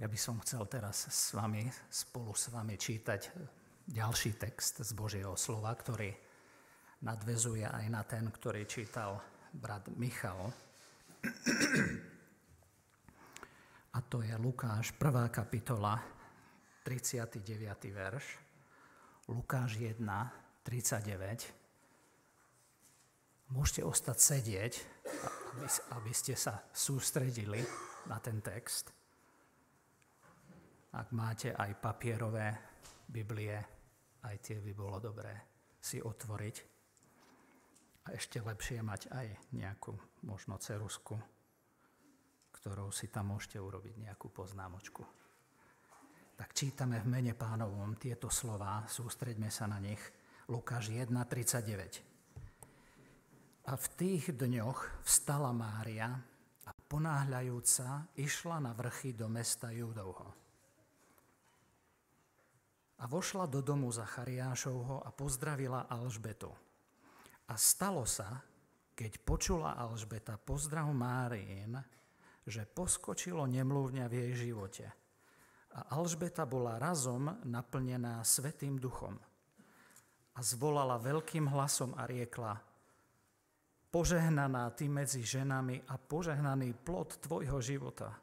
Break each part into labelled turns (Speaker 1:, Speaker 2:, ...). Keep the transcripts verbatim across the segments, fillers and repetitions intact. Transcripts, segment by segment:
Speaker 1: Ja by som chcel teraz s vami, spolu s vami čítať ďalší text z Božieho slova, ktorý nadväzuje aj na ten, ktorý čítal brat Michal. A to je Lukáš, prvá kapitola, tridsiaty deviaty verš. Lukáš jeden, tridsaťdeväť. Môžete ostať sedieť, aby, aby ste sa sústredili na ten text. Ak máte aj papierové Biblie, aj tie by bolo dobré si otvoriť. A ešte lepšie mať aj nejakú možno ceruzku, ktorou si tam môžete urobiť nejakú poznámočku. Tak čítame v mene Pánovom tieto slová, sústreďme sa na nich. Lukáš jeden, tridsaťdeväť. A v tých dňoch vstala Mária a ponáhľajúca išla na vrchy do mesta Júdovho. A vošla do domu Zachariášovho a pozdravila Alžbetu. A stalo sa, keď počula Alžbeta pozdrav Máriin, že poskočilo nemluvňa v jej živote. A Alžbeta bola razom naplnená Svätým Duchom. A zvolala veľkým hlasom a riekla: Požehnaná ty medzi ženami a požehnaný plod tvojho života.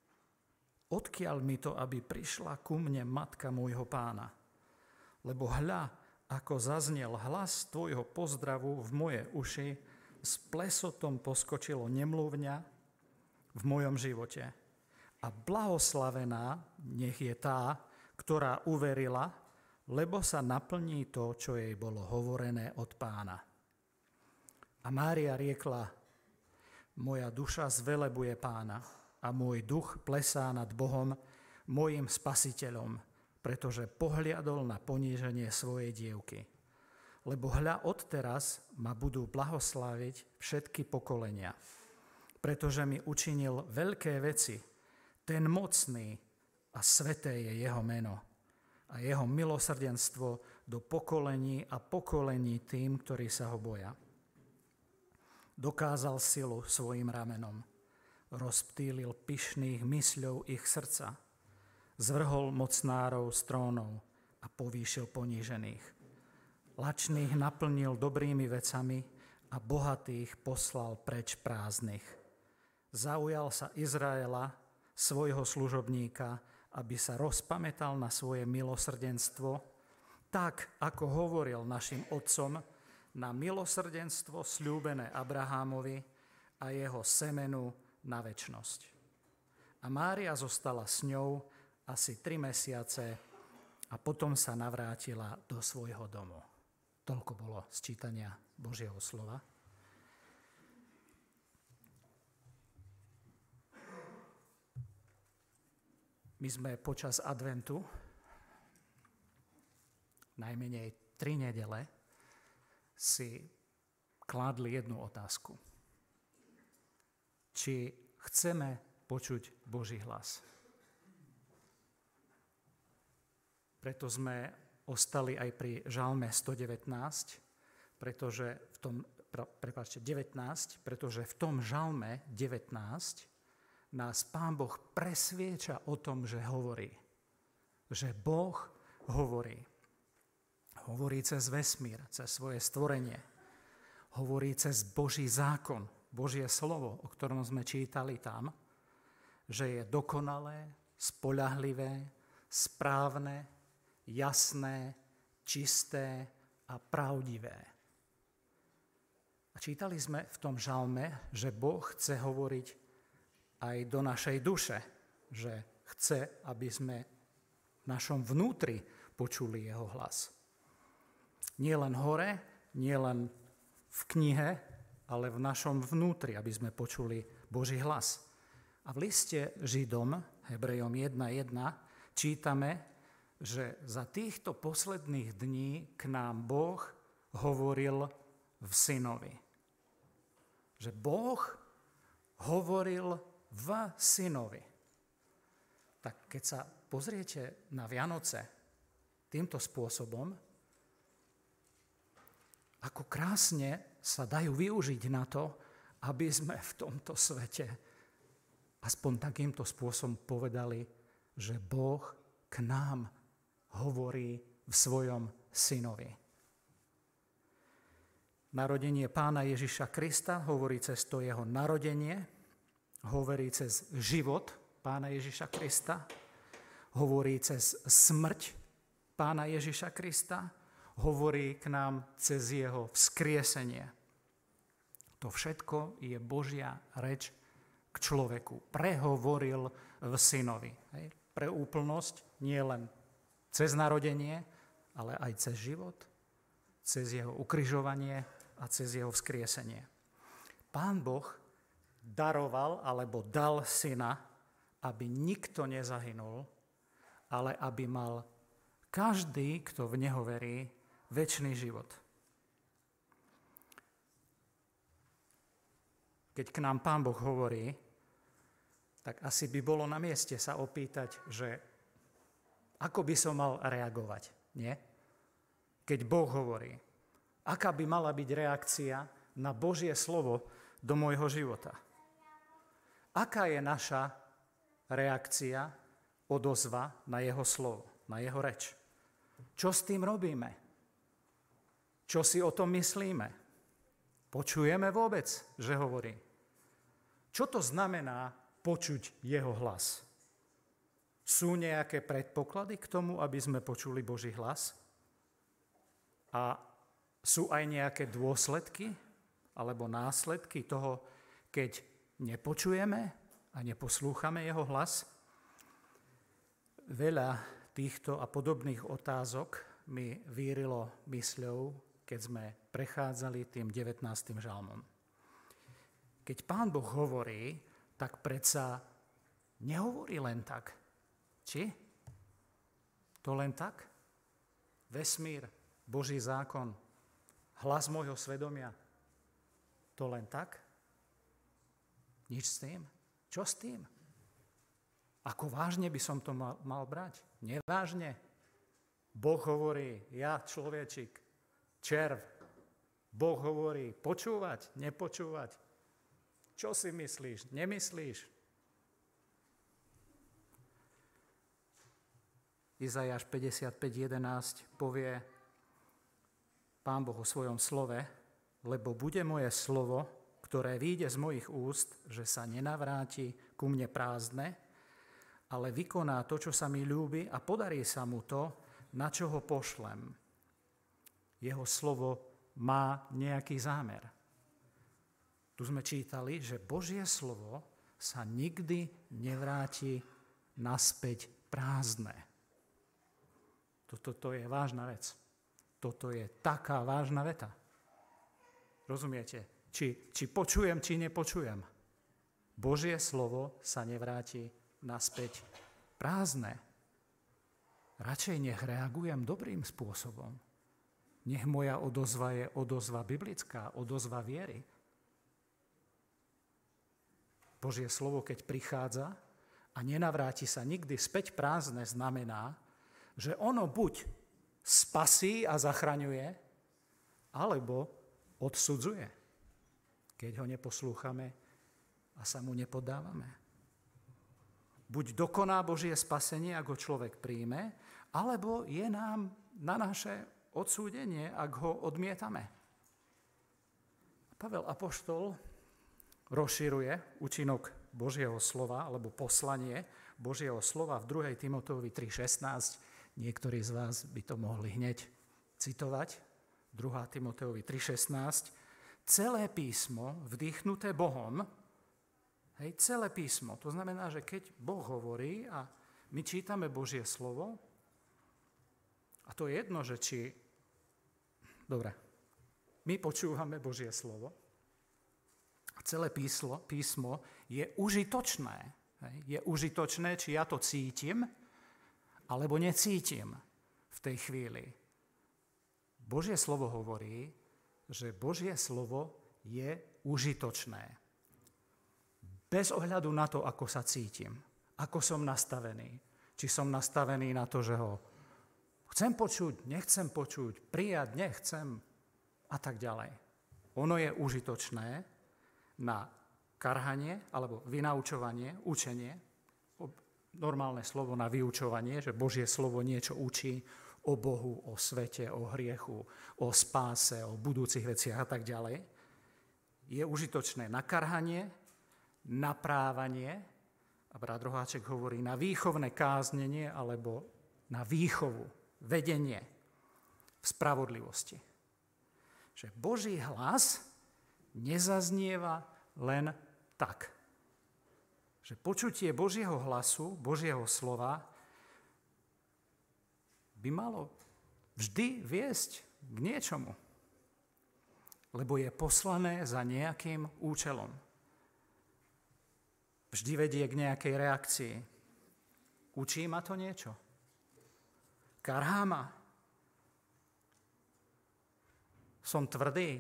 Speaker 1: Odkiaľ mi to, aby prišla ku mne matka môjho Pána? Lebo hľa, ako zaznel hlas tvojho pozdravu v moje uši, s plesotom poskočilo nemluvňa v mojom živote. A blahoslavená nech je tá, ktorá uverila, lebo sa naplní to, čo jej bolo hovorené od Pána. A Mária riekla: Moja duša zvelebuje Pána a môj duch plesá nad Bohom, mojím spasiteľom, pretože pohliadol na poníženie svojej dievky. Lebo hľa odteraz ma budú blahosláviť všetky pokolenia, pretože mi učinil veľké veci, ten mocný a sveté je jeho meno a jeho milosrdenstvo do pokolení a pokolení tým, ktorí sa ho boja. Dokázal silu svojim ramenom, rozptýlil pyšných mysľov ich srdca, zvrhol mocnárov z trónov a povýšil ponížených. Lačných naplnil dobrými vecami a bohatých poslal preč prázdnych. Zaujal sa Izraela, svojho služobníka, aby sa rozpamätal na svoje milosrdenstvo, tak ako hovoril našim otcom, na milosrdenstvo sľúbené Abrahámovi a jeho semenu na večnosť. A Mária zostala s ňou asi tri mesiace a potom sa navrátila do svojho domu. Toľko bolo z čítania Božieho slova. My sme počas adventu, najmenej tri nedele, si kládli jednu otázku. Či chceme počuť Boží hlas? Preto sme ostali aj pri žalme sto devätnásť, pretože v tom, prepáčte, devätnásť, pretože v tom žalme devätnásť nás Pán Boh presvieča o tom, že hovorí. Že Boh hovorí. Hovorí cez vesmír, cez svoje stvorenie. Hovorí cez Boží zákon, Božie slovo, o ktorom sme čítali tam, že je dokonalé, spoľahlivé, správne, jasné, čisté a pravdivé. A čítali sme v tom žalme, že Boh chce hovoriť aj do našej duše, že chce, aby sme v našom vnútri počuli jeho hlas. Nie len hore, nie len v knihe, ale v našom vnútri, aby sme počuli Boží hlas. A v liste Židom, Hebrejom jeden jeden, čítame, že za týchto posledných dní k nám Boh hovoril v Synovi. Že Boh hovoril v Synovi. Tak keď sa pozriete na Vianoce týmto spôsobom, ako krásne sa dajú využiť na to, aby sme v tomto svete aspoň takýmto spôsobom povedali, že Boh k nám hovorí v svojom synovi. Narodenie Pána Ježiša Krista hovorí cez to jeho narodenie, hovorí cez život Pána Ježiša Krista, hovorí cez smrť Pána Ježiša Krista, hovorí k nám cez jeho vzkriesenie. To všetko je Božia reč k človeku. Prehovoril v synovi. Hej. Pre úplnosť nie len cez narodenie, ale aj cez život, cez jeho ukrižovanie a cez jeho vzkriesenie. Pán Boh daroval alebo dal syna, aby nikto nezahynul, ale aby mal každý, kto v neho verí, večný život. Keď k nám Pán Boh hovorí, tak asi by bolo na mieste sa opýtať, že ako by som mal reagovať, nie? Keď Boh hovorí, aká by mala byť reakcia na Božie slovo do môjho života? Aká je naša reakcia, odozva na jeho slovo, na jeho reč? Čo s tým robíme? Čo si o tom myslíme? Počujeme vôbec, že hovorí? Čo to znamená počuť jeho hlas? Sú nejaké predpoklady k tomu, aby sme počuli Boží hlas? A sú aj nejaké dôsledky alebo následky toho, keď nepočujeme a neposlúchame jeho hlas? Veľa týchto a podobných otázok mi vírilo mysľou, keď sme prechádzali tým devätnástym žalmom. Keď Pán Boh hovorí, tak predsa nehovorí len tak. Či? To len tak? Vesmír, Boží zákon, hlas môjho svedomia. To len tak? Nič s tým? Čo s tým? Ako vážne by som to mal, mal brať? Nevážne? Boh hovorí, ja človečik, červ. Boh hovorí, počúvať, nepočúvať. Čo si myslíš? Nemyslíš? Izaiáš päťdesiatpäť jedenásť povie Pán Boh o svojom slove, lebo bude moje slovo, ktoré vyjde z mojich úst, že sa nenavráti ku mne prázdne, ale vykoná to, čo sa mi ľúbi a podarí sa mu to, na čo ho pošlem. Jeho slovo má nejaký zámer. Tu sme čítali, že Božie slovo sa nikdy nevráti naspäť prázdne. Toto to je vážna vec. Toto je taká vážna veta. Rozumiete? Či, či počujem, či nepočujem. Božie slovo sa nevráti naspäť prázdne. Radšej nech reagujem dobrým spôsobom. Nech moja odozva je odozva biblická, odozva viery. Božie slovo, keď prichádza a nenavráti sa nikdy späť prázdne, znamená, že ono buď spasí a zachraňuje, alebo odsudzuje, keď ho neposlúchame a sa mu nepodávame. Buď dokoná Božie spasenie, ak ho človek príjme, alebo je nám na naše odsúdenie, ak ho odmietame. Pavel apoštol rozširuje účinok Božieho slova, alebo poslanie Božieho slova v druhej Timoteovi tri šestnásť. Niektorí z vás by to mohli hneď citovať. druhá Timoteovi tri šestnásť. Celé písmo, vdýchnuté Bohom, hej, celé písmo. To znamená, že keď Boh hovorí a my čítame Božie slovo, a to je jedno, že či... Dobre, my počúvame Božie slovo a celé píslo, písmo je užitočné. Hej, je užitočné, či ja to cítim, alebo necítim v tej chvíli. Božie slovo hovorí, že Božie slovo je užitočné. Bez ohľadu na to, ako sa cítim, ako som nastavený. Či som nastavený na to, že ho chcem počuť, nechcem počuť, prijať, nechcem a tak ďalej. Ono je užitočné na karhanie alebo vynaučovanie, učenie, normálne slovo na vyučovanie, že Božie slovo niečo učí o Bohu, o svete, o hriechu, o spáse, o budúcich veciach a tak ďalej. Je užitočné na karhanie, naprávanie, a brat Roháček hovorí na výchovné káznenie alebo na výchovu, vedenie v spravodlivosti. Že Boží hlas nezaznieva len tak. Že počutie Božieho hlasu, Božieho slova by malo vždy viesť k niečomu. Lebo je poslané za nejakým účelom. Vždy vedie k nejakej reakcii. Učí ma to niečo? Karhá ma? Som tvrdý?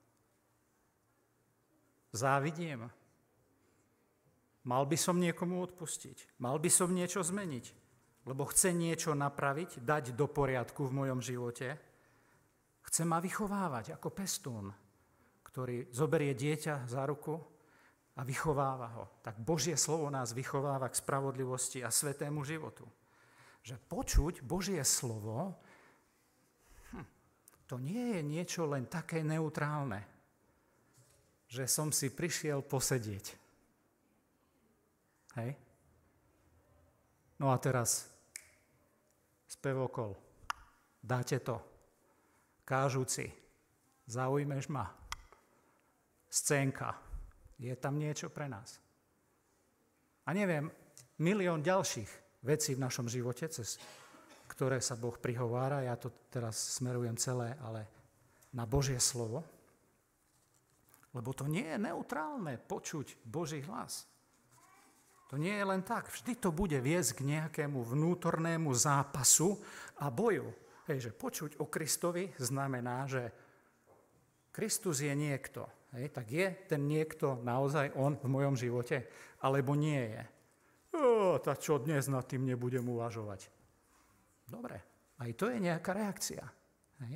Speaker 1: Závidím? Mal by som niekomu odpustiť? Mal by som niečo zmeniť? Lebo chce niečo napraviť, dať do poriadku v mojom živote? Chce ma vychovávať ako pestún, ktorý zoberie dieťa za ruku a vychováva ho. Tak Božie slovo nás vychováva k spravodlivosti a svätému životu. Že počuť Božie slovo, hm, to nie je niečo len také neutrálne, že som si prišiel posedieť. Hej? No a teraz spevokol. Dáte to. Kážuci. Zaujmeš ma. Scénka. Je tam niečo pre nás. A neviem, milión ďalších vecí v našom živote, cez ktoré sa Boh prihovára. Ja to teraz smerujem celé, ale na Božie slovo. Lebo to nie je neutrálne počuť Boží hlas. To nie je len tak. Vždy to bude viesť k nejakému vnútornému zápasu a boju. Hej, že počuť o Kristovi znamená, že Kristus je niekto. Hej, tak je ten niekto naozaj on v mojom živote, alebo nie je. O, tak čo dnes nad tým nebudem uvažovať. Dobre, aj to je nejaká reakcia. Hej.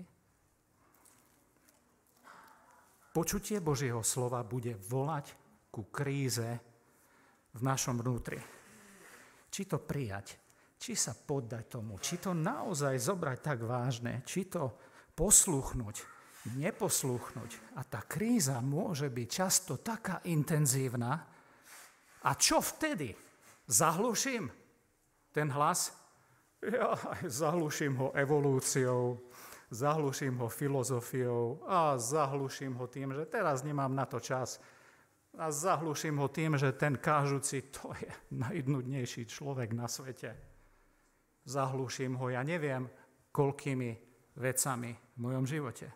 Speaker 1: Počutie Božieho slova bude volať ku kríze v našom vnútri. Či to prijať, či sa poddať tomu, či to naozaj zobrať tak vážne, či to posluchnúť, neposlúchnuť. A tá kríza môže byť často taká intenzívna. A čo vtedy? Zahluším ten hlas? Ja zahluším ho evolúciou, zahluším ho filozofiou a zahluším ho tým, že teraz nemám na to čas. A zahluším ho tým, že ten kážuci, to je najnudnejší človek na svete. Zahluším ho, ja neviem, koľkými vecami v mojom živote.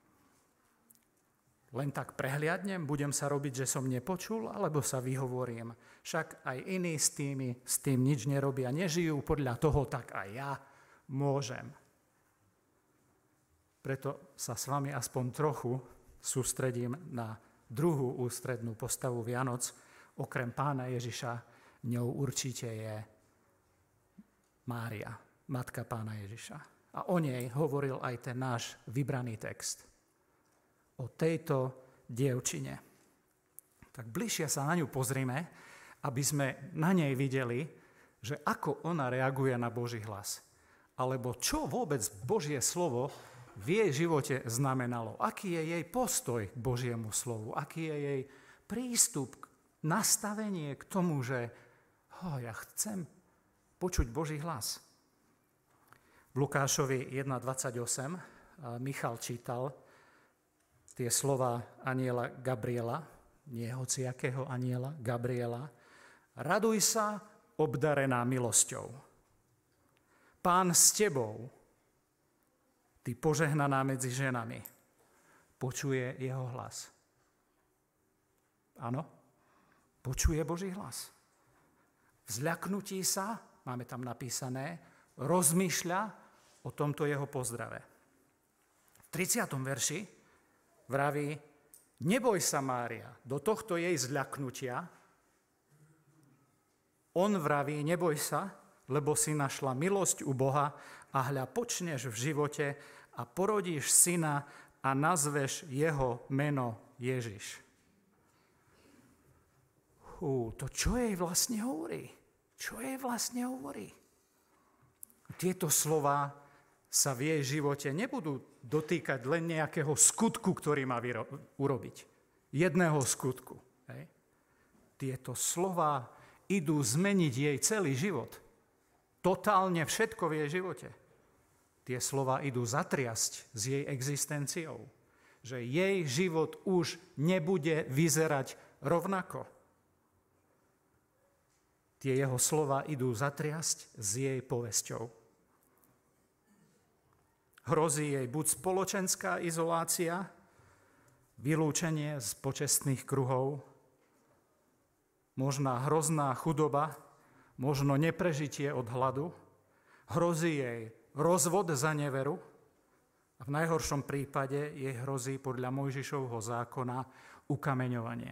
Speaker 1: Len tak prehliadnem, budem sa robiť, že som nepočul, alebo sa vyhovorím. Však aj iní s, tými, s tým nič nerobia, nežijú podľa toho, tak aj ja môžem. Preto sa s vami aspoň trochu sústredím na druhú ústrednú postavu Vianoc. Okrem Pána Ježiša, ňou určite je Mária, matka Pána Ježiša. A o nej hovoril aj ten náš vybraný text. O tejto dievčine. Tak bližšie sa na ňu pozrime, aby sme na nej videli, že ako ona reaguje na Boží hlas. Alebo čo vôbec Božie slovo v jej živote znamenalo. Aký je jej postoj k Božiemu slovu. Aký je jej prístup, nastavenie k tomu, že oh, ja chcem počuť Boží hlas. V Lukášovi jeden dvadsaťosem Michal čítal tie slova anjela Gabriela, nie hociakého anjela, Gabriela. Raduj sa, obdarená milosťou. Pán s tebou, ty požehnaná medzi ženami, počuje jeho hlas. Áno, počuje Boží hlas. V zľaknutí sa, máme tam napísané, rozmýšľa o tomto jeho pozdrave. V tridsiatom verši vraví, neboj sa, Mária, do tohto jej zľaknutia. On vraví, neboj sa, lebo si našla milosť u Boha a hľa počneš v živote a porodíš syna a nazveš jeho meno Ježiš. Hú, to čo jej vlastne hovorí? Čo jej vlastne hovorí? Tieto slova sa v jej živote nebudú dotýkať len nejakého skutku, ktorý má vyro- urobiť. Jedného skutku. Hej. Tieto slova idú zmeniť jej celý život. Totálne všetko v jej živote. Tie slova idú zatriasť s jej existenciou. Že jej život už nebude vyzerať rovnako. Tie jeho slova idú zatriasť s jej povesťou. Hrozí jej buď spoločenská izolácia, vylúčenie z počestných kruhov, možná hrozná chudoba, možno neprežitie od hladu, hrozí jej rozvod za neveru a v najhoršom prípade jej hrozí podľa Mojžišovho zákona ukameňovanie.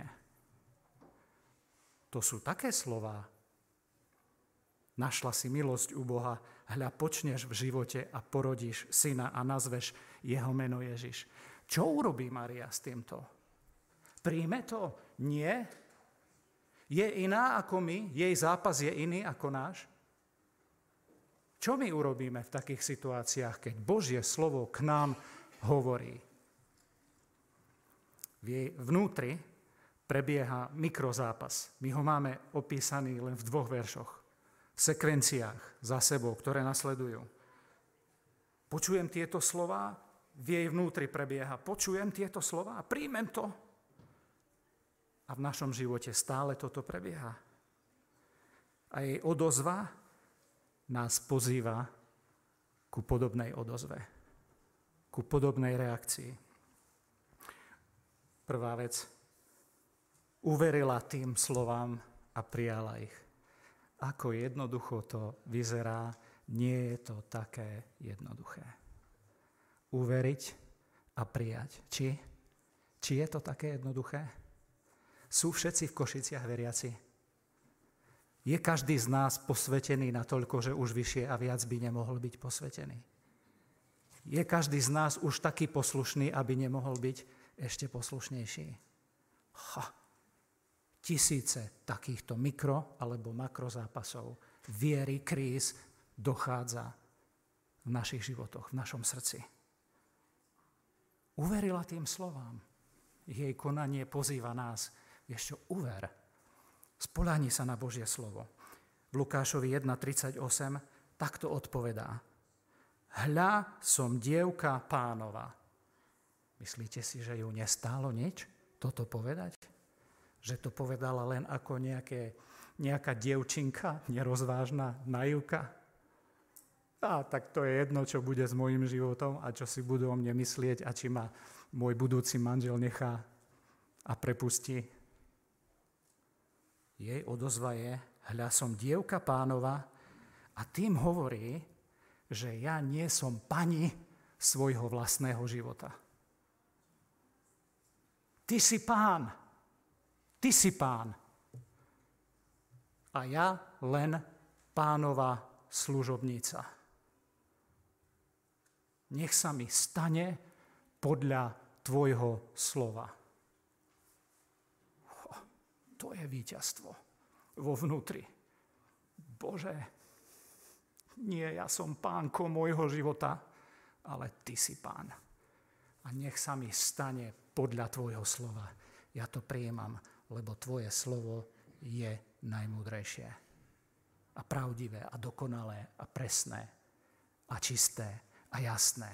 Speaker 1: To sú také slová. Našla si milosť u Boha, hľa počneš v živote a porodíš syna a nazveš jeho meno Ježiš. Čo urobí Mária s týmto? Príjme to? Nie? Je iná ako my? Jej zápas je iný ako náš? Čo my urobíme v takých situáciách, keď Božie slovo k nám hovorí? V jej vnútri prebieha mikrozápas. My ho máme opísaný len v dvoch veršoch. V sekvenciách za sebou, ktoré nasledujú. Počujem tieto slová, v jej vnútri prebieha. Počujem tieto slová a príjmem to. A v našom živote stále toto prebieha. A jej odozva nás pozýva ku podobnej odozve. Ku podobnej reakcii. Prvá vec. Uverila tým slovám a prijala ich. Ako jednoducho to vyzerá, nie je to také jednoduché. Uveriť a prijať. Či? Či je to také jednoduché? Sú všetci v Košiciach veriaci? Je každý z nás posvetený natoľko, že už vyššie a viac by nemohol byť posvetený? Je každý z nás už taký poslušný, aby nemohol byť ešte poslušnejší? Ha! Tisíce takýchto mikro- alebo makrozápasov viery, kríz dochádza v našich životoch, v našom srdci. Uverila tým slovám. Jej konanie pozýva nás. Vieš čo, uver. Spoľahni sa na Božie slovo. V Lukášovi jeden tridsaťosem takto odpovedá. Hľa, som dievka Pánova. Myslíte si, že ju nestálo nič toto povedať? Že to povedala len ako nejaké, nejaká dievčinka, nerozvážna naivka? A tak to je jedno, čo bude s mojím životom a čo si budú o mne myslieť a či ma môj budúci manžel nechá a prepustí. Jej odozva je, hľa, som dievka Pánova a tým hovorí, že ja nie som pani svojho vlastného života. Ty si pán. Ty si pán. A ja len Pánova služobnica. Nech sa mi stane podľa tvojho slova. To je víťazstvo vo vnútri. Bože, nie ja som pánko môjho života, ale ty si pán. A nech sa mi stane podľa tvojho slova. Ja to prijímam, lebo tvoje slovo je najmúdrejšie a pravdivé a dokonalé a presné a čisté a jasné.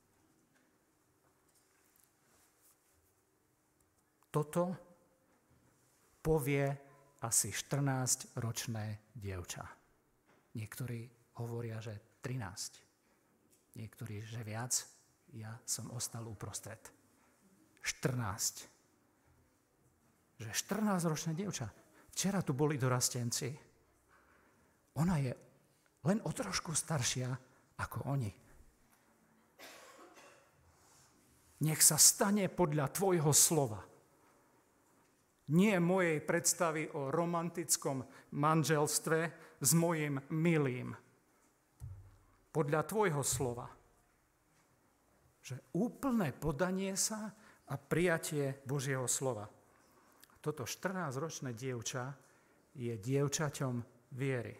Speaker 1: Toto povie asi štrnásťročné dievča. Niektorí hovoria, že trinásť. Niektorí, že viac. Ja som ostal uprostred. štrnásť. Že štrnásťročné dievča. Včera tu boli dorastenci. Ona je len o trošku staršia ako oni. Nech sa stane podľa tvojho slova. Nie mojej predstavy o romantickom manželstve s mojim milým. Podľa tvojho slova. Že úplné podanie sa a prijatie Božieho slova. Toto štrnásťročné dievča je dievčaťom viery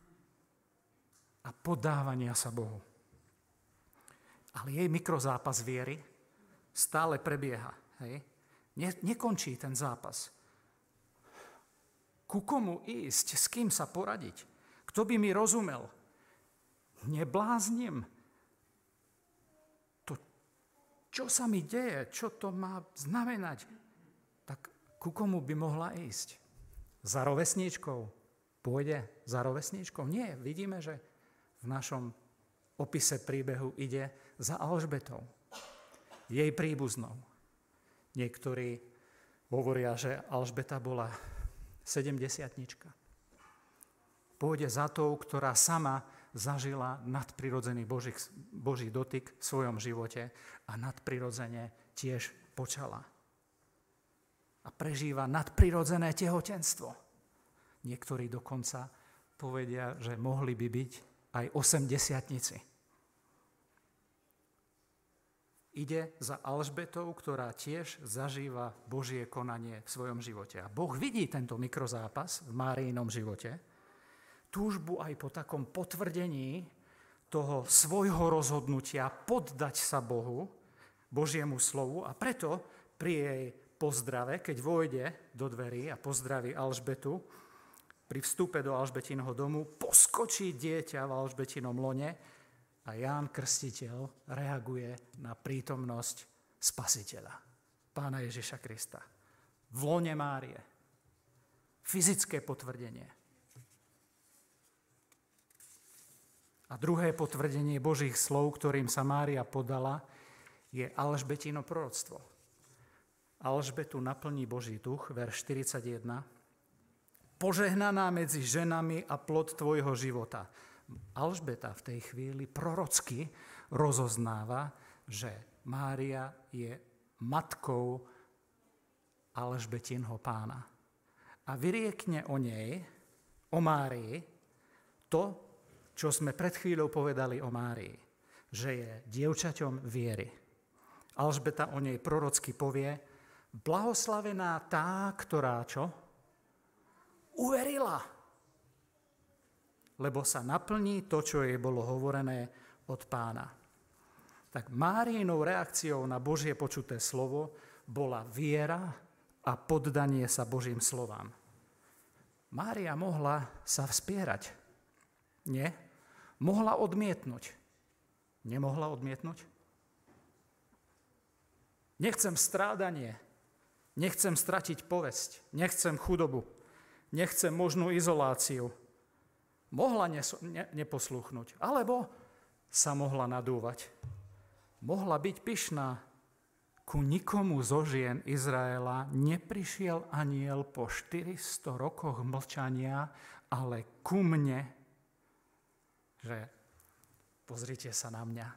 Speaker 1: a podávania sa Bohu. Ale jej mikrozápas viery stále prebieha. Hej? Ne, nekončí ten zápas. Ku komu ísť? S kým sa poradiť? Kto by mi rozumel? Neblázním. To, čo sa mi deje? Čo to má znamenať? Tak ku komu by mohla ísť? Za rovesníčkou? Pôjde za rovesníčkou? Nie. Vidíme, že v našom opise príbehu ide za Alžbetou, jej príbuznou. Niektorí hovoria, že Alžbeta bola sedemdesiatnička. Pôjde za tou, ktorá sama zažila nadprirodzený Boží, Boží dotyk v svojom živote a nadprirodzene tiež počala. A prežíva nadprirodzené tehotenstvo. Niektorí dokonca povedia, že mohli by byť aj osemdesiatnici. Ide za Alžbetou, ktorá tiež zažíva Božie konanie v svojom živote. A Boh vidí tento mikrozápas v Máriinom živote, túžbu aj po takom potvrdení toho svojho rozhodnutia poddať sa Bohu, Božiemu slovu, a preto pri jej pozdrave, keď vojde do dverí a pozdraví Alžbetu, pri vstupe do Alžbetinho domu poskočí dieťa v Alžbetinom lone a Ján Krstiteľ reaguje na prítomnosť Spasiteľa, Pána Ježiša Krista. V lone Márie. Fyzické potvrdenie. A druhé potvrdenie Božích slov, ktorým sa Mária podala, je Alžbetino proroctvo. Alžbetu naplní Boží duch, verš štyridsaťjeden. Požehnaná medzi ženami a plod tvojho života. Alžbeta v tej chvíli prorocky rozoznáva, že Mária je matkou Alžbetinho pána. A vyriekne o nej, o Márii, to, čo sme pred chvíľou povedali o Márii, že je dievčaťom viery. Alžbeta o nej prorocky povie, blahoslavená tá, ktorá čo? Uverila. Lebo sa naplní to, čo jej bolo hovorené od Pána. Tak Máriinou reakciou na Božie počuté slovo bola viera a poddanie sa Božím slovám. Mária mohla sa vspierať. Nie? Mohla odmietnúť. Nemohla odmietnúť? Nechcem strádanie. Nechcem stratiť povesť. Nechcem chudobu. Nechcem možnú izoláciu. Mohla neso- ne- neposluchnúť. Alebo sa mohla nadúvať. Mohla byť pyšná. Ku nikomu zo žien Izraela neprišiel anjel po štyristo rokoch mlčania, ale ku mne, že pozrite sa na mňa.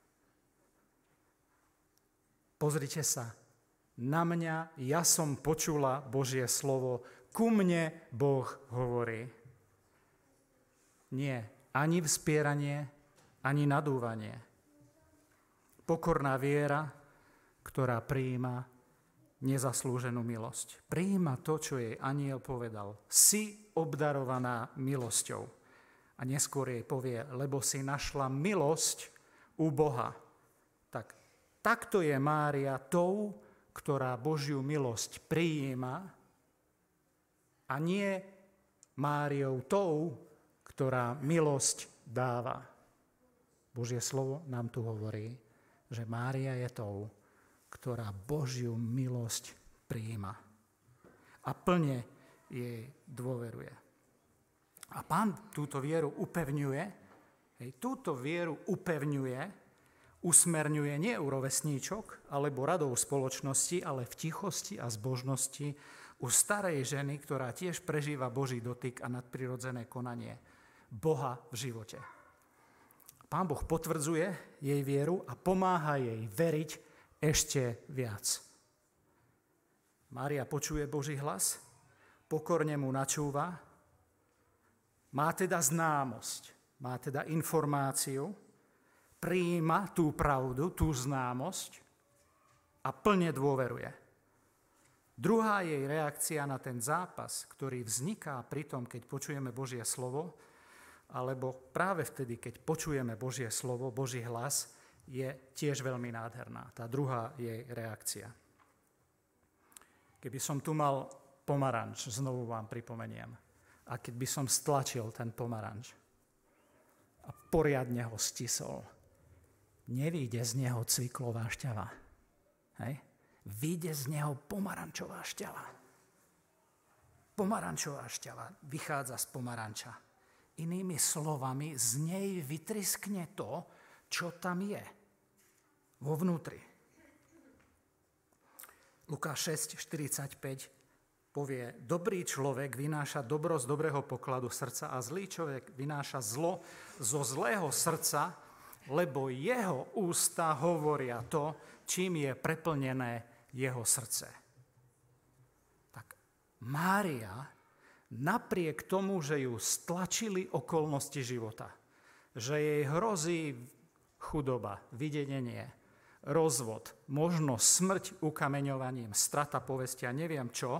Speaker 1: Pozrite sa na mňa, ja som počula Božie slovo, ku mne Boh hovorí. Nie, ani vspieranie, ani nadúvanie. Pokorná viera, ktorá prijíma nezaslúženú milosť. Prijíma to, čo jej anjel povedal. Si obdarovaná milosťou. A neskôr jej povie, lebo si našla milosť u Boha. Tak, takto je Mária tou, ktorá Božiu milosť prijíma, a nie Máriou tou, ktorá milosť dáva. Božie slovo nám tu hovorí, že Mária je tou, ktorá Božiu milosť prijíma a plne jej dôveruje. A Pán túto vieru upevňuje, hej, túto vieru upevňuje, usmerňuje nie u rovesníčok alebo radov spoločnosti, ale v tichosti a zbožnosti u starej ženy, ktorá tiež prežíva Boží dotyk a nadprirodzené konanie Boha v živote. Pán Boh potvrdzuje jej vieru a pomáha jej veriť ešte viac. Mária počuje Boží hlas, pokorne mu načúva, má teda známosť, má teda informáciu, prijíma tú pravdu, tú známosť a plne dôveruje. Druhá jej reakcia na ten zápas, ktorý vzniká pri tom, keď počujeme Božie slovo, alebo práve vtedy, keď počujeme Božie slovo, Boží hlas, je tiež veľmi nádherná. Tá druhá jej reakcia. Keby som tu mal pomaranč, znovu vám pripomeniem, a keď by som stlačil ten pomaranč a poriadne ho stisol, nevyjde z neho cviklová šťava. Hej? Vyjde z neho pomarančová šťava. Pomarančová šťava vychádza z pomaranča. Inými slovami, z nej vytriskne to, čo tam je vo vnútri. Lukáš šesť štyridsaťpäť povie, dobrý človek vynáša dobro z dobrého pokladu srdca a zlý človek vynáša zlo zo zlého srdca, lebo jeho ústa hovoria to, čím je preplnené jeho srdce. Tak Mária, napriek tomu, že ju stlačili okolnosti života, že jej hrozí chudoba, vydenenie, rozvod, možno smrť ukameňovaním, strata povesti a neviem čo,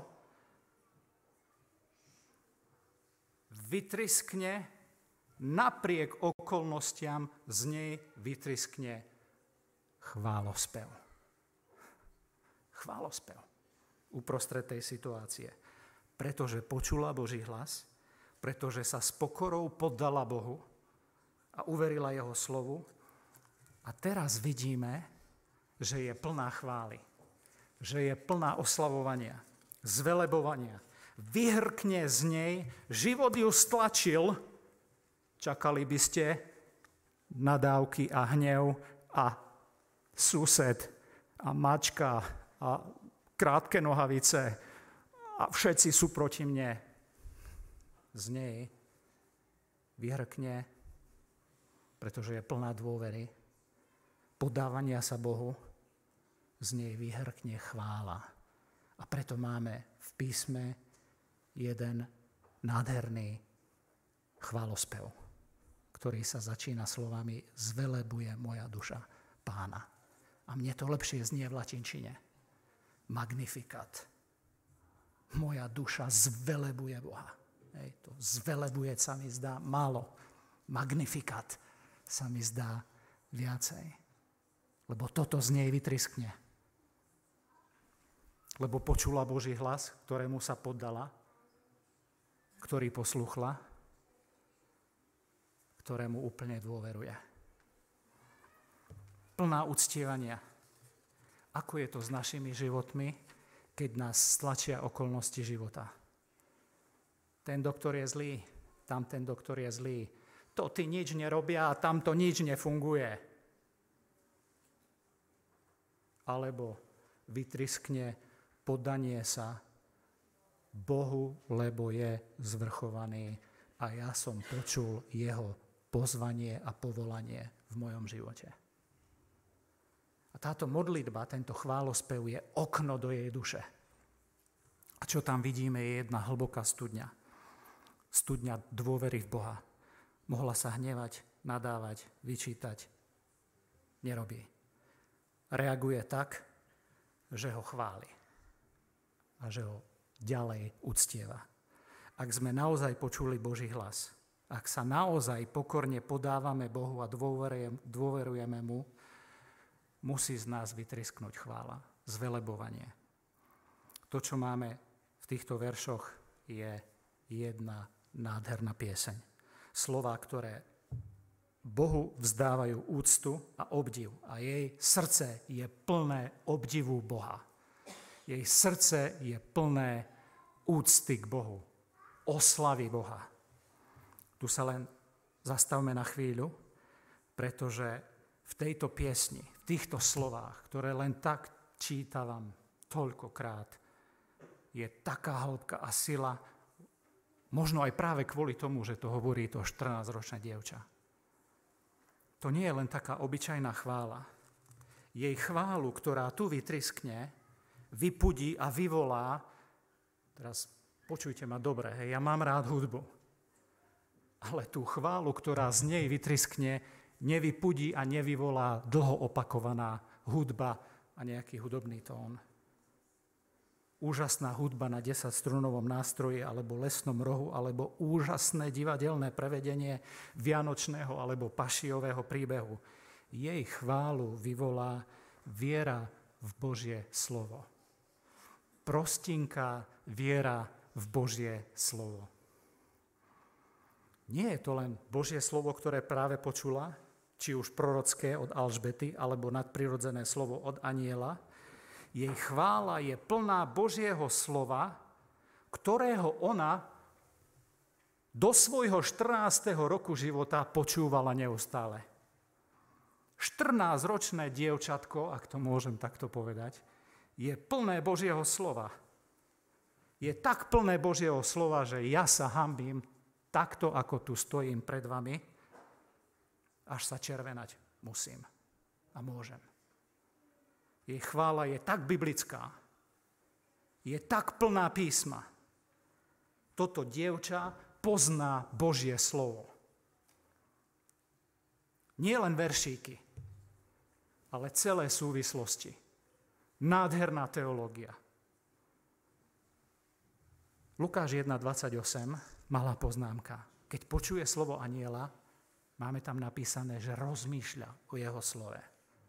Speaker 1: vytriskne, napriek okolnostiam z nej vytriskne chválospev. Chválospev uprostred tej situácie. Pretože počula Boží hlas, pretože sa s pokorou poddala Bohu a uverila jeho slovu. A teraz vidíme, že je plná chvály, že je plná oslavovania, zvelebovania. Vyhrkne z nej, život ju stlačil, čakali by ste nadávky a hnev a sused a mačka a krátke nohavice a všetci sú proti mne. Z nej vyhrkne, pretože je plná dôvery, podávania sa Bohu, z nej vyhrkne chvála. A preto máme v písme jeden nádherný chválospev, ktorý sa začína slovami zvelebuje moja duša Pána. A mne to lepšie znie v latinčine. Magnificat. Moja duša zvelebuje Boha. Hej, to zvelebuje sa mi zdá málo. Magnificat sa mi zdá viacej. Lebo toto z nej vytriskne. Lebo počula Boží hlas, ktorému sa poddala, ktorý posluchla, ktorému úplne dôveruje. Plná uctievania. Ako je to s našimi životmi, keď nás stlačia okolnosti života? Ten doktor je zlý, tam ten doktor je zlý. To ty nič nerobia a tamto nič nefunguje. Alebo vytriskne poddanie sa Bohu, lebo je zvrchovaný a ja som počul jeho pozvanie a povolanie v mojom živote. A táto modlitba, tento chválospev je okno do jej duše. A čo tam vidíme, je jedna hlboká studňa. Studňa dôvery v Boha. Mohla sa hnevať, nadávať, vyčítať. Nerobí. Reaguje tak, že ho chváli. A že ho ďalej uctieva. Ak sme naozaj počuli Boží hlas, ak sa naozaj pokorne podávame Bohu a dôverujeme mu, musí z nás vytrisknúť chvála, zvelebovanie. To, čo máme v týchto veršoch, je jedna nádherná pieseň. Slová, ktoré Bohu vzdávajú úctu a obdiv. A jej srdce je plné obdivu Boha. Jej srdce je plné úcty k Bohu. Oslavy Boha. Tu sa len zastavme na chvíľu, pretože v tejto piesni, v týchto slovách, ktoré len tak čítavam toľkokrát, je taká hĺbka a sila, možno aj práve kvôli tomu, že to hovorí to štrnásťročné dievča. To nie je len taká obyčajná chvála. Jej chválu, ktorá tu vytriskne, vypudí a vyvolá, teraz počujte ma dobre, hej, ja mám rád hudbu, ale tú chválu, ktorá z nej vytriskne, nevypudí a nevyvolá dlho opakovaná hudba a nejaký hudobný tón. úžasná hudba na desaťstrunovom nástroji alebo lesnom rohu, alebo úžasné divadelné prevedenie vianočného alebo pašiového príbehu. Jej chválu vyvolá viera v Božie slovo. Prostinká viera v Božie slovo. Nie je to len Božie slovo, ktoré práve počula, či už prorocké od Alžbety, alebo nadprirodzené slovo od anjela. Jej chvála je plná Božieho slova, ktorého ona do svojho štrnásteho roku života počúvala neustále. štrnásťročné dievčatko, ak to môžem takto povedať, je plné Božieho slova. Je tak plné Božieho slova, že ja sa hanbím takto, ako tu stojím pred vami, až sa červenať musím a môžem. Jej chvála je tak biblická, je tak plná písma. Toto dievča pozná Božie slovo. Nie len veršíky, ale celé súvislosti. Nádherná teológia. Lukáš jeden dvadsaťosem, malá poznámka. Keď počuje slovo anjela, máme tam napísané, že rozmýšľa o jeho slove.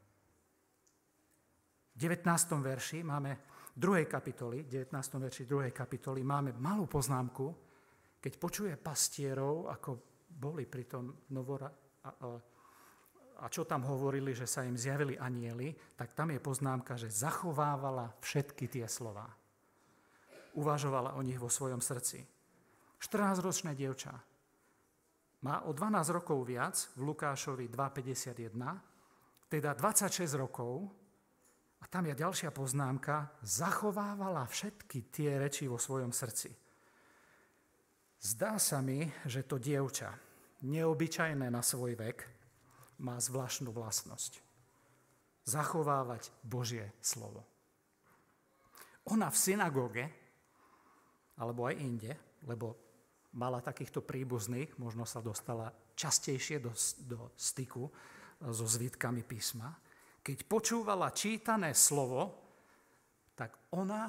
Speaker 1: V devätnástom verši máme druhej kapitoly, v devätnástom verši druhej kapitoly máme malú poznámku, keď počuje pastierov, ako boli pri tom novora, a, a, a čo tam hovorili, že sa im zjavili anjeli, tak tam je poznámka, že zachovávala všetky tie slová. Uvažovala o nich vo svojom srdci. štrnásťročné dievča má o dvanásť rokov viac v Lukášovi dva päťdesiatjeden, teda dvadsaťšesť rokov, a tam je ďalšia poznámka, zachovávala všetky tie reči vo svojom srdci. Zdá sa mi, že to dievča, neobyčajné na svoj vek, má zvláštnu vlastnosť. Zachovávať Božie slovo. Ona v synagóge, alebo aj inde, lebo mala takýchto príbuzných, možno sa dostala častejšie do, do styku so zvitkami písma. Keď počúvala čítané slovo, tak ona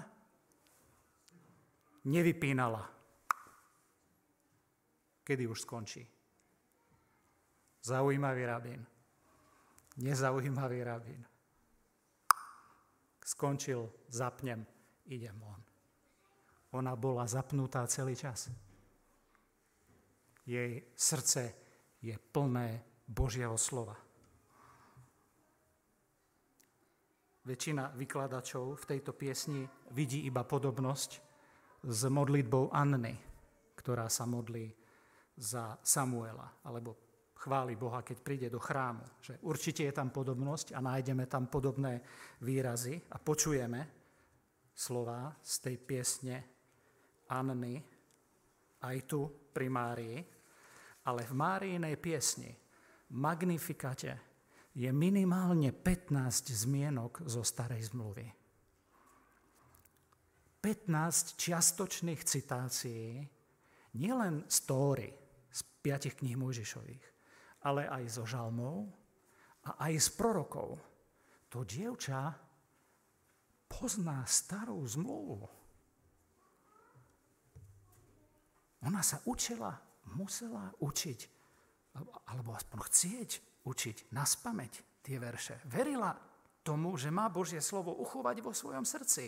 Speaker 1: nevypínala. Kedy už skončí? Zaujímavý rabín. Nezaujímavý rabín. Skončil, zapnem, idem von. Ona bola zapnutá celý čas. Jej srdce je plné Božieho slova. Väčšina vykladačov v tejto piesni vidí iba podobnosť s modlitbou Anny, ktorá sa modlí za Samuela, alebo chváli Boha, keď príde do chrámu. Že určite je tam podobnosť a nájdeme tam podobné výrazy a počujeme slová z tej piesne Anny aj tu pri Márii, ale v Máriinej piesni Magnifikate je minimálne pätnásť zmienok zo starej zmluvy. pätnásť čiastočných citácií, nielen z Tóry, z piatich kníh Mojžišových, ale aj zo žalmov a aj z prorokov. To dievča pozná starú zmluvu. Ona sa učila, musela učiť, alebo aspoň chcieť učiť naspamäť tie verše. Verila tomu, že má Božie slovo uchovať vo svojom srdci.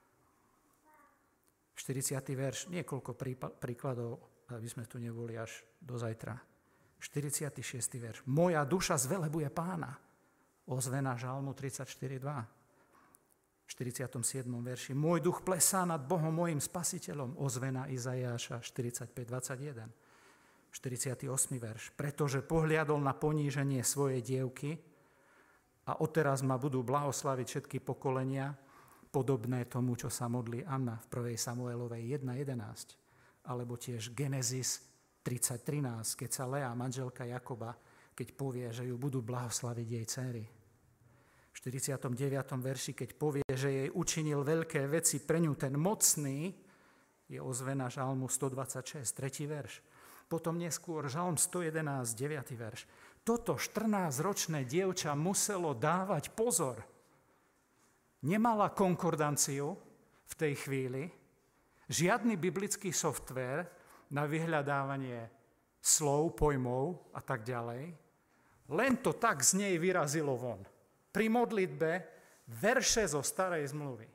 Speaker 1: štyridsiaty verš, niekoľko príkladov, aby sme tu neboli až do zajtra. štyridsiaty šiesty verš. Moja duša zvelebuje Pána. Ozvena žalmu tridsaťštyri dva. V štyridsiatom siedmom verši. Môj duch plesá nad Bohom mojím spasiteľom. Ozvena Izaiáša štyridsaťpäť dvadsaťjeden. štyridsiaty ôsmy verš. Pretože pohliadol na poníženie svojej dievky a odteraz ma budú blahoslaviť všetky pokolenia, podobné tomu, čo sa modlí Anna v prvej Samuelovej jeden jedenásť. Alebo tiež Genesis tridsať trinásť, keď sa Lea, manželka Jakoba, keď povie, že ju budú blahoslaviť jej dcery. V štyridsiatom deviatom verši, keď povie, že jej učinil veľké veci pre ňu ten mocný, je ozvena žalmu stodvadsaťšesť, tretí verš. Potom neskôr žalm sto jedenásť, deviaty verš. Toto štrnásťročné dievča muselo dávať pozor. Nemala konkordanciu, v tej chvíli, žiadny biblický softvér na vyhľadávanie slov, pojmov a tak ďalej. Len to tak z nej vyrazilo von. Pri modlitbe verše zo starej zmluvy.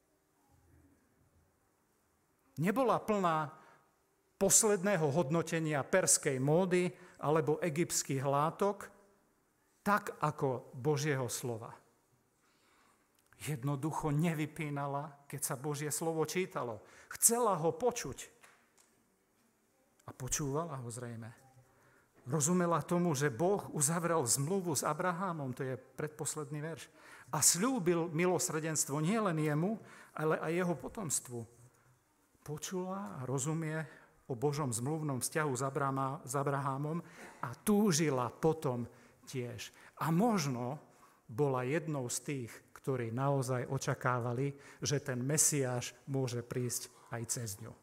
Speaker 1: Nebola plná posledného hodnotenia perskej módy alebo egyptských látok, tak ako Božieho slova. Jednoducho nevypínala, keď sa Božie slovo čítalo. Chcela ho počuť. A počúvala ho zrejme. Rozumela tomu, že Boh uzavrel zmluvu s Abrahámom, to je predposledný verš, a sľúbil milosrdenstvo nielen jemu, ale aj jeho potomstvu. Počula a rozumie o Božom zmluvnom vzťahu s Abrahámom a túžila potom tiež. A možno bola jednou z tých, ktorí naozaj očakávali, že ten Mesiáš môže prísť aj cez ňu.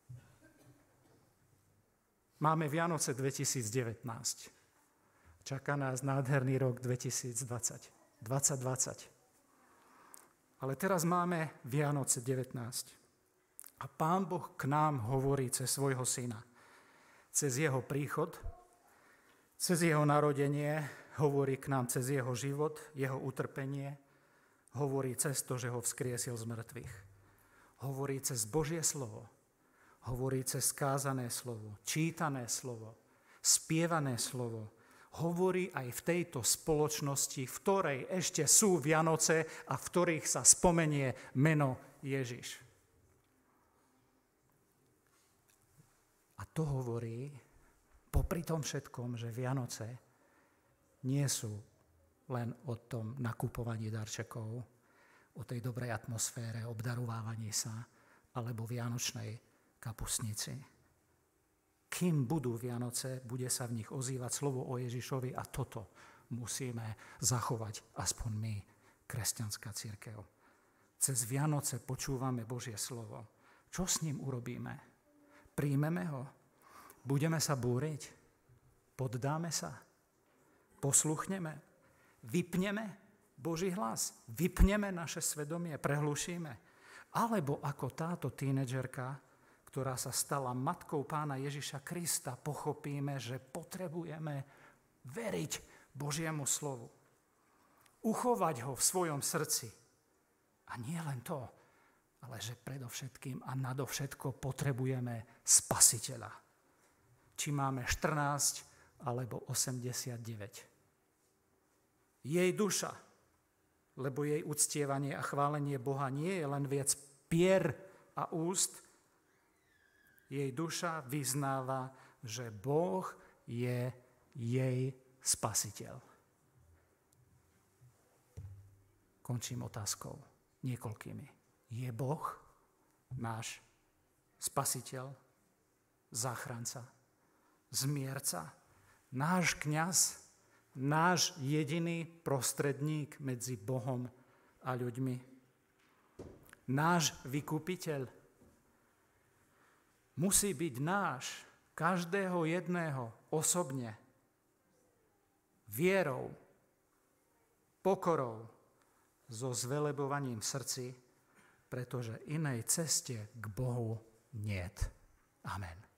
Speaker 1: Máme Vianoce dvetisícdevätnásť. Čaká nás nádherný rok dvetisícdvadsať. dvadsať dvadsať. Ale teraz máme Vianoce devätnásť. A Pán Boh k nám hovorí cez svojho syna. Cez jeho príchod, cez jeho narodenie, hovorí k nám cez jeho život, jeho utrpenie, hovorí cez to, že ho vzkriesil z mŕtvych. Hovorí cez Božie slovo, hovorí cez skázané slovo, čítané slovo, spievané slovo. Hovorí aj v tejto spoločnosti, v ktorej ešte sú Vianoce a v ktorých sa spomenie meno Ježiš. A to hovorí, popri tom všetkom, že Vianoce nie sú len o tom nakupovaní darčekov, o tej dobrej atmosfére, obdarovávaní sa, alebo vianočnej kapustnici. Kým budú Vianoce, bude sa v nich ozývať slovo o Ježišovi a toto musíme zachovať, aspoň my, kresťanská cirkev. Cez Vianoce počúvame Božie slovo. Čo s ním urobíme? Príjmeme ho? Budeme sa búriť? Poddáme sa? Posluchneme? Vypneme Boží hlas? Vypneme naše svedomie? Prehlušíme? Alebo ako táto tínedžerka, ktorá sa stala matkou Pána Ježiša Krista, pochopíme, že potrebujeme veriť Božiemu slovu. Uchovať ho v svojom srdci. A nie len to, ale že predovšetkým a nadovšetko potrebujeme Spasiteľa. Či máme štrnásť alebo osemdesiatdeväť. Jej duša, lebo jej uctievanie a chválenie Boha nie je len vec pier a úst, jej duša vyznáva, že Boh je jej Spasiteľ. Končím otázkou, niekoľkými. Je Boh náš Spasiteľ, záchranca, zmierca, náš kňaz, náš jediný prostredník medzi Bohom a ľuďmi, náš vykupiteľ. Musí byť náš, každého jedného osobne, vierou, pokorou, so zvelebovaním v srdci, pretože inej ceste k Bohu niet. Amen.